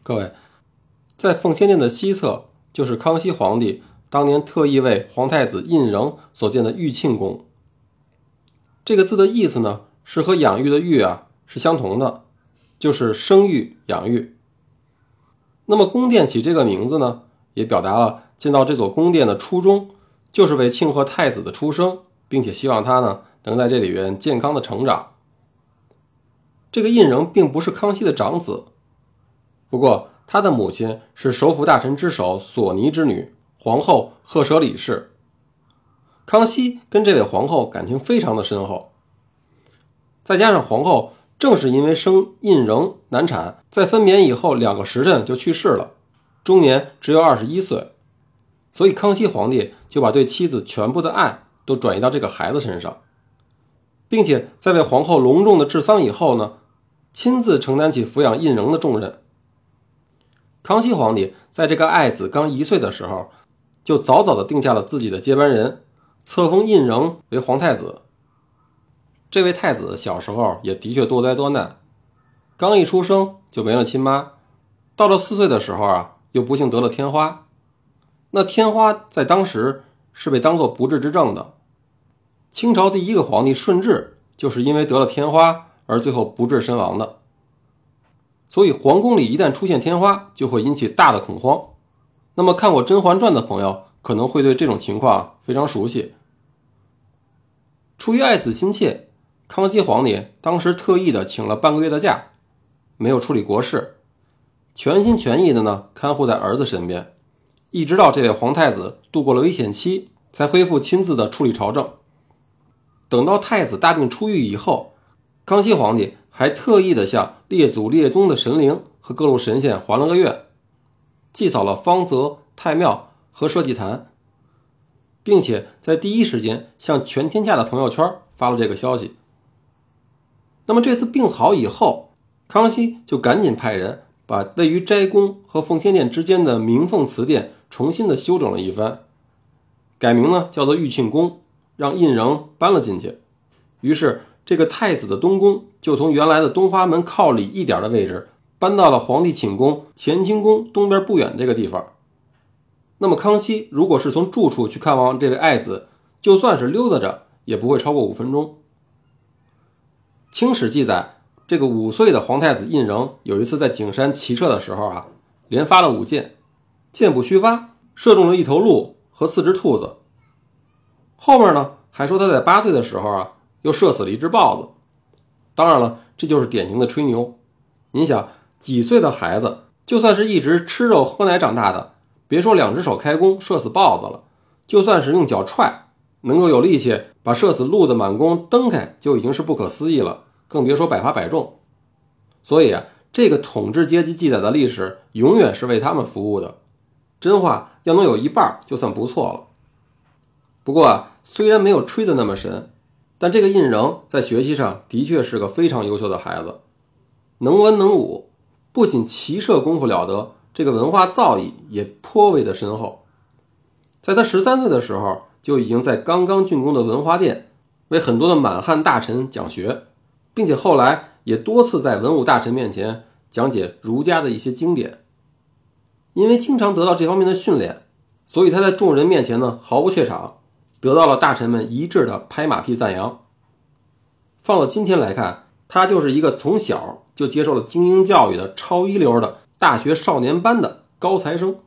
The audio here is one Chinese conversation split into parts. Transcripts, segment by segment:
各位，在奉先殿的西侧就是康熙皇帝当年特意为皇太子胤禛所建的玉庆宫。这个字的意思呢，是和养育的育是相同的，就是生育养育。那么宫殿起这个名字呢，也表达了建造这座宫殿的初衷，就是为庆贺太子的出生，并且希望他呢能在这里边健康的成长。这个胤禛并不是康熙的长子，不过他的母亲是首辅大臣之首索尼之女，皇后赫舍里氏。康熙跟这位皇后感情非常的深厚，再加上皇后正是因为生胤禛难产，在分娩以后2个时辰就去世了，终年只有21岁，所以康熙皇帝就把对妻子全部的爱都转移到这个孩子身上，并且在为皇后隆重的治丧以后呢，亲自承担起抚养胤禛的重任。康熙皇帝在这个爱子刚1岁的时候，就早早的定下了自己的接班人，册封胤禛为皇太子。这位太子小时候也的确多灾多难，刚一出生就没了亲妈，到了4岁的时候又不幸得了天花。那天花在当时是被当作不治之症的，清朝第1个皇帝顺治就是因为得了天花而最后不治身亡的。所以皇宫里一旦出现天花，就会引起大的恐慌。那么看过《甄嬛传》的朋友可能会对这种情况非常熟悉。出于爱子心切，康熙皇帝当时特意的请了半个月的假，没有处理国事，全心全意的呢看护在儿子身边，一直到这位皇太子度过了危险期，才恢复亲自的处理朝政。等到太子大病初愈以后，康熙皇帝还特意的向列祖列宗的神灵和各路神仙还了个愿，祭扫了方泽、太庙和社稷坛，并且在第一时间向全天下的朋友圈发了这个消息。那么这次病好以后，康熙就赶紧派人把位于斋宫和奉先殿之间的明凤祠殿重新的修整了一番，改名呢叫做玉庆宫，让胤禛搬了进去。于是这个太子的东宫就从原来的东华门靠里一点的位置搬到了皇帝寝宫乾清宫东边不远这个地方。那么康熙如果是从住处去看望这位爱子，就算是溜达着也不会超过5分钟。清史记载，这个5岁的皇太子胤禛有一次在景山骑射的时候连发了5箭，箭不虚发，射中了1头鹿和4只兔子。后面呢还说他在8岁的时候又射死了1只豹子。当然了，这就是典型的吹牛。您想，几岁的孩子就算是一直吃肉喝奶长大的，别说2只手开弓射死豹子了，就算是用脚踹，能够有力气把射死鹿的满弓蹬开，就已经是不可思议了，更别说百发百中。所以这个统治阶级记载的历史永远是为他们服务的，真话要能有一半就算不错了。不过虽然没有吹得那么深，但这个胤禛在学习上的确是个非常优秀的孩子，能文能武，不仅骑射功夫了得，这个文化造诣也颇为的深厚。在他13岁的时候，就已经在刚刚竣工的文华殿为很多的满汉大臣讲学，并且后来也多次在文武大臣面前讲解儒家的一些经典。因为经常得到这方面的训练，所以他在众人面前呢毫不怯场，得到了大臣们一致的拍马屁赞扬。放到今天来看，他就是一个从小就接受了精英教育的超一流的大学少年班的高材生。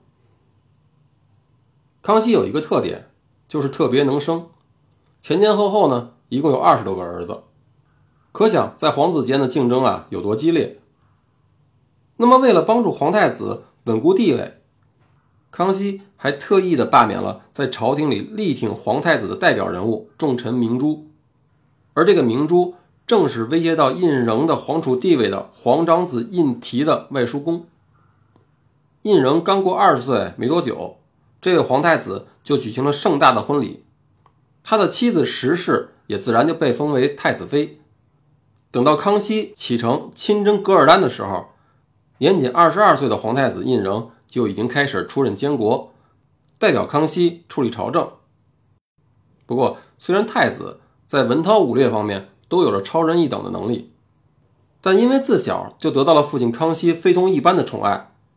康熙有一个特点，就是特别能生，前后呢一共有20多个儿子，可想在皇子间的竞争有多激烈。那么为了帮助皇太子稳固地位，康熙还特意的罢免了在朝廷里力挺皇太子的代表人物重臣明珠，而这个明珠正是威胁到胤禛的皇储地位的皇长子胤禔的外叔公。胤禛刚过20岁没多久，这位皇太子就举行了盛大的婚礼，他的妻子石氏也自然就被封为太子妃。等到康熙启程亲征噶尔丹的时候，年仅22岁的皇太子胤禛就已经开始出任监国，代表康熙处理朝政。不过虽然太子在文韬武略方面都有着超人一等的能力，但因为自小就得到了父亲康熙非同一般的宠爱，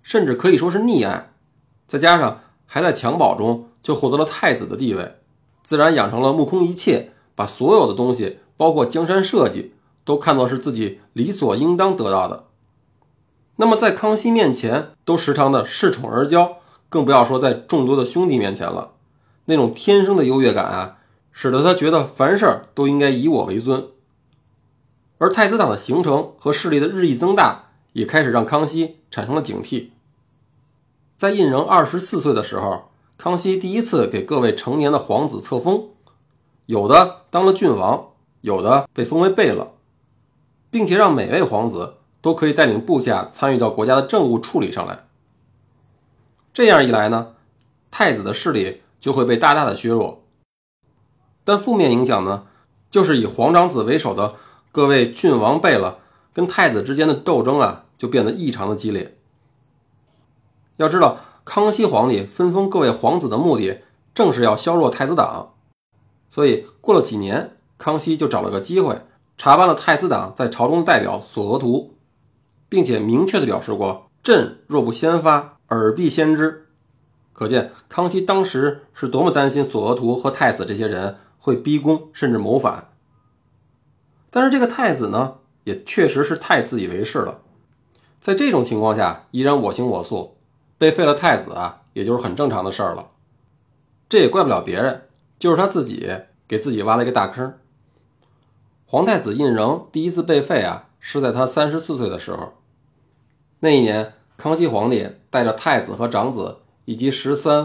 甚至可以说是溺爱，再加上还在襁褓中就获得了太子的地位，自然养成了目空一切，把所有的东西包括江山社稷都看作是自己理所应当得到的。那么在康熙面前都时常的恃宠而骄，更不要说在众多的兄弟面前了。那种天生的优越感啊，使得他觉得凡事都应该以我为尊。而太子党的形成和势力的日益增大，也开始让康熙产生了警惕。在胤禛24岁的时候，康熙第一次给各位成年的皇子册封，有的当了郡王，有的被封为贝勒，并且让每位皇子都可以带领部下参与到国家的政务处理上来。这样一来呢，太子的势力就会被大大的削弱。但负面影响呢，就是以皇长子为首的各位郡王贝勒跟太子之间的斗争啊，就变得异常的激烈。要知道，康熙皇帝分封各位皇子的目的正是要削弱太子党，所以过了几年，康熙就找了个机会查办了太子党在朝中的代表索额图，并且明确地表示过，朕若不先发，尔必先知。可见康熙当时是多么担心索额图和太子这些人会逼宫甚至谋反。但是这个太子呢，也确实是太自以为是了，在这种情况下依然我行我素，被废了太子啊，也就是很正常的事儿了。这也怪不了别人，就是他自己给自己挖了一个大坑。皇太子胤禛第一次被废啊，是在他34岁的时候。那一年，康熙皇帝带着太子和长子以及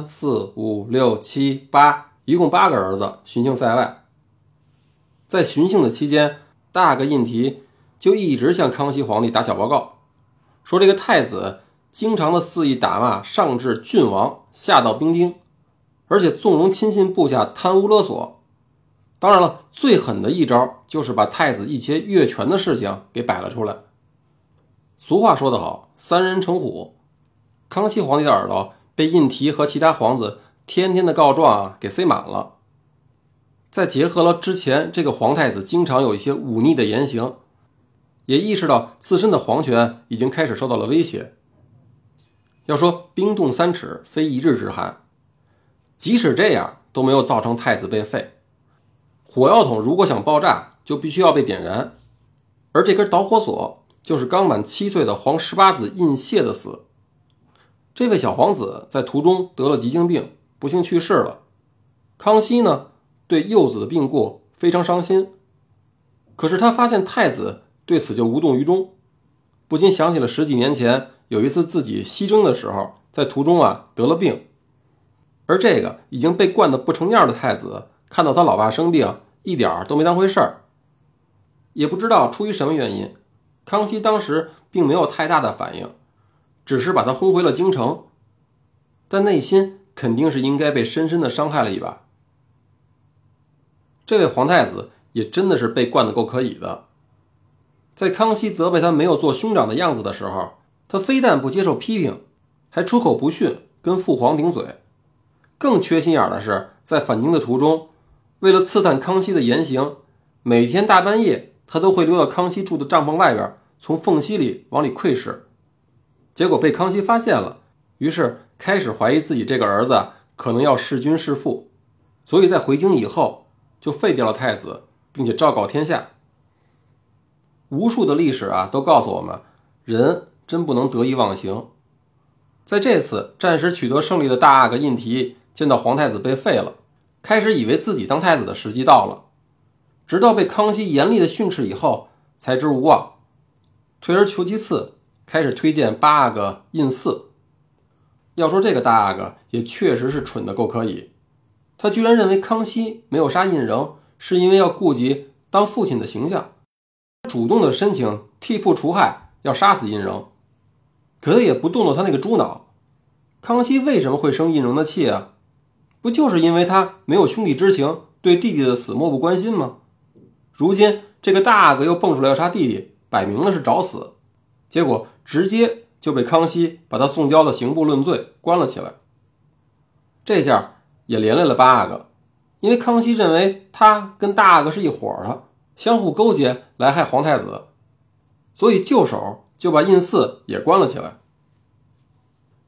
13、4、5、6、7、8，一共8个儿子巡幸塞外。在巡幸的期间，大阿哥胤禔就一直向康熙皇帝打小报告，说这个太子经常的肆意打骂上至郡王，下到兵丁，而且纵容亲信部下贪污勒索。当然了，最狠的一招就是把太子一些越权的事情给摆了出来。俗话说得好，三人成虎。康熙皇帝的耳朵被胤禔和其他皇子天天的告状啊给塞满了。再结合了之前这个皇太子经常有一些忤逆的言行，也意识到自身的皇权已经开始受到了威胁。要说冰冻3尺非一日之寒，即使这样都没有造成太子被废。火药桶如果想爆炸，就必须要被点燃，而这根导火索就是刚满7岁的皇18子胤燮的死。这位小皇子在途中得了急性病，不幸去世了。康熙呢，对幼子的病故非常伤心，可是他发现太子对此就无动于衷，不禁想起了10几年前有一次自己西征的时候，在途中啊得了病，而这个已经被惯得不成样的太子看到他老爸生病，一点都没当回事儿。也不知道出于什么原因，康熙当时并没有太大的反应，只是把他轰回了京城，但内心肯定是应该被深深的伤害了一把。这位皇太子也真的是被惯得够可以的。在康熙责备他没有做兄长的样子的时候，他非但不接受批评，还出口不逊，跟父皇顶嘴。更缺心眼的是，在返京的途中，为了刺探康熙的言行，每天大半夜他都会溜到康熙住的帐篷外边，从缝隙里往里窥视。结果被康熙发现了，于是开始怀疑自己这个儿子可能要弑君弑父，所以在回京以后就废掉了太子，并且昭告天下。无数的历史啊都告诉我们，人真不能得意忘形。在这次暂时取得胜利的大阿哥胤禔见到皇太子被废了，开始以为自己当太子的时机到了，直到被康熙严厉的训斥以后才知无望，退而求其次，开始推荐8阿哥胤祀。要说这个大阿哥也确实是蠢得够可以，他居然认为康熙没有杀胤禛是因为要顾及当父亲的形象，主动的申请替父除害，要杀死胤禛。可他也不动动他那个猪脑，康熙为什么会生胤禛的气啊？不就是因为他没有兄弟之情，对弟弟的死漠不关心吗？如今这个大阿哥又蹦出来要杀弟弟，摆明了是找死，结果直接就被康熙把他送交了刑部论罪，关了起来。这下也连累了8阿哥，因为康熙认为他跟大阿哥是一伙的，相互勾结来害皇太子，所以就手就把胤祀也关了起来。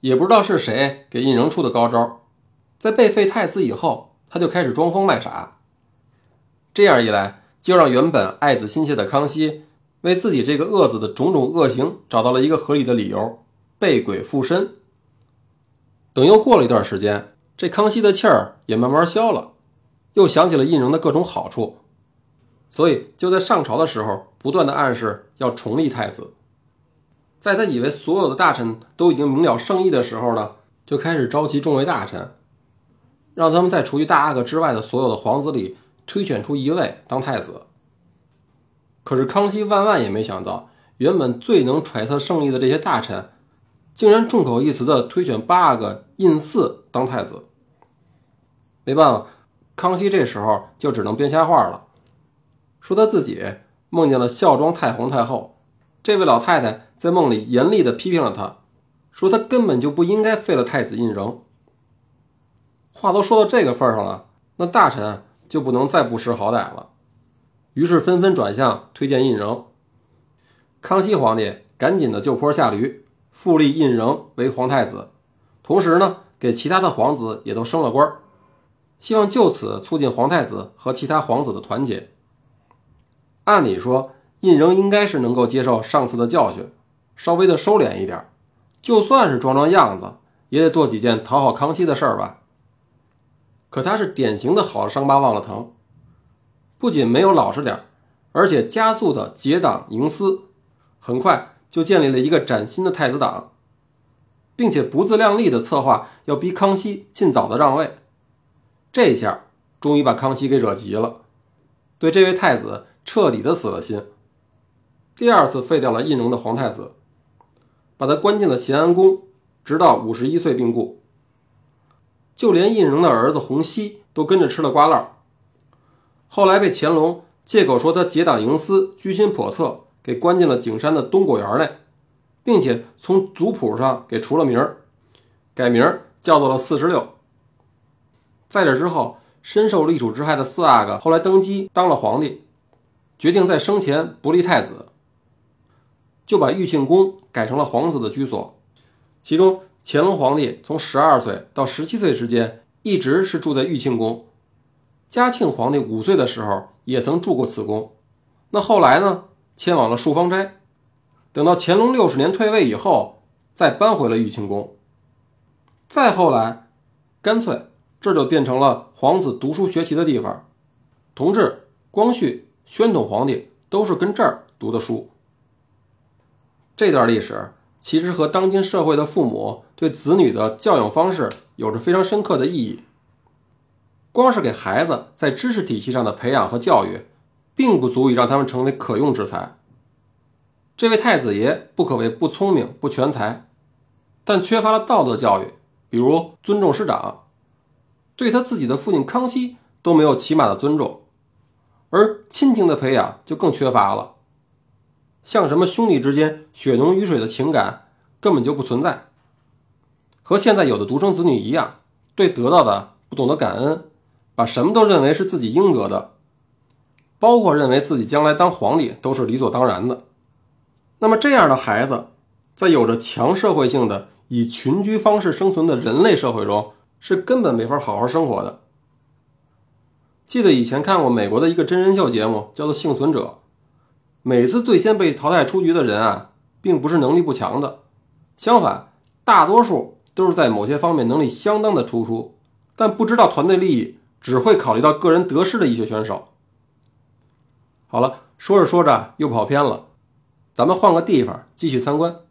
也不知道是谁给胤禛出的高招，在被废太子以后，他就开始装疯卖傻。这样一来，就让原本爱子心切的康熙为自己这个恶子的种种恶行找到了一个合理的理由，被鬼附身。等又过了一段时间，这康熙的气儿也慢慢消了，又想起了胤禛的各种好处，所以就在上朝的时候不断的暗示要重立太子。在他以为所有的大臣都已经明了圣意的时候呢，就开始召集众位大臣，让他们在除去大阿哥之外的所有的皇子里推选出一位当太子。可是康熙万万也没想到，原本最能揣测圣意的这些大臣，竟然众口一词的推选8阿哥胤祀当太子。没办法，康熙这时候就只能编瞎话了，说他自己梦见了孝庄太皇太后，这位老太太在梦里严厉地批评了他，说他根本就不应该废了太子胤禛。话都说到这个份上了，那大臣就不能再不识好歹了，于是纷纷转向推荐胤禛。康熙皇帝赶紧的就坡下驴，复立胤禛为皇太子，同时呢，给其他的皇子也都升了官，希望就此促进皇太子和其他皇子的团结。按理说胤禛应该是能够接受上次的教训，稍微的收敛一点，就算是装装样子也得做几件讨好康熙的事儿吧。可他是典型的好伤疤忘了疼，不仅没有老实点，而且加速的结党营私，很快就建立了一个崭新的太子党，并且不自量力的策划要逼康熙尽早的让位。这一下终于把康熙给惹急了，对这位太子彻底的死了心。第二次废掉了胤禛的皇太子，把他关进了咸安宫，直到51岁病故。就连胤禛的儿子洪熙都跟着吃了瓜烂，后来被乾隆借口说他结党营私、居心叵测，给关进了景山的东果园内，并且从族谱上给除了名，改名叫做了46。在这之后，深受历主之害的4阿哥后来登基当了皇帝，决定在生前不立太子，就把玉庆宫改成了皇子的居所。其中乾隆皇帝从12岁到17岁之间一直是住在玉庆宫，嘉庆皇帝5岁的时候也曾住过此宫。那后来呢，迁往了漱芳斋，等到乾隆60年退位以后再搬回了玉庆宫。再后来干脆这就变成了皇子读书学习的地方，同治、光绪、宣统皇帝都是跟这儿读的书。这段历史其实和当今社会的父母对子女的教养方式有着非常深刻的意义。光是给孩子在知识体系上的培养和教育，并不足以让他们成为可用之才。这位太子爷不可谓不聪明不全才，但缺乏了道德教育，比如尊重师长，对他自己的父亲康熙都没有起码的尊重，而亲情的培养就更缺乏了。像什么兄弟之间血浓于水的情感根本就不存在，和现在有的独生子女一样，对得到的不懂得感恩，把什么都认为是自己应得的，包括认为自己将来当皇帝都是理所当然的。那么这样的孩子在有着强社会性的以群居方式生存的人类社会中，是根本没法好好生活的。记得以前看过美国的一个真人秀节目，叫做《幸存者》，每次最先被淘汰出局的人啊，并不是能力不强的，相反，大多数都是在某些方面能力相当的突出，但不知道团队利益，只会考虑到个人得失的一些选手。好了，说着说着又跑偏了，咱们换个地方继续参观。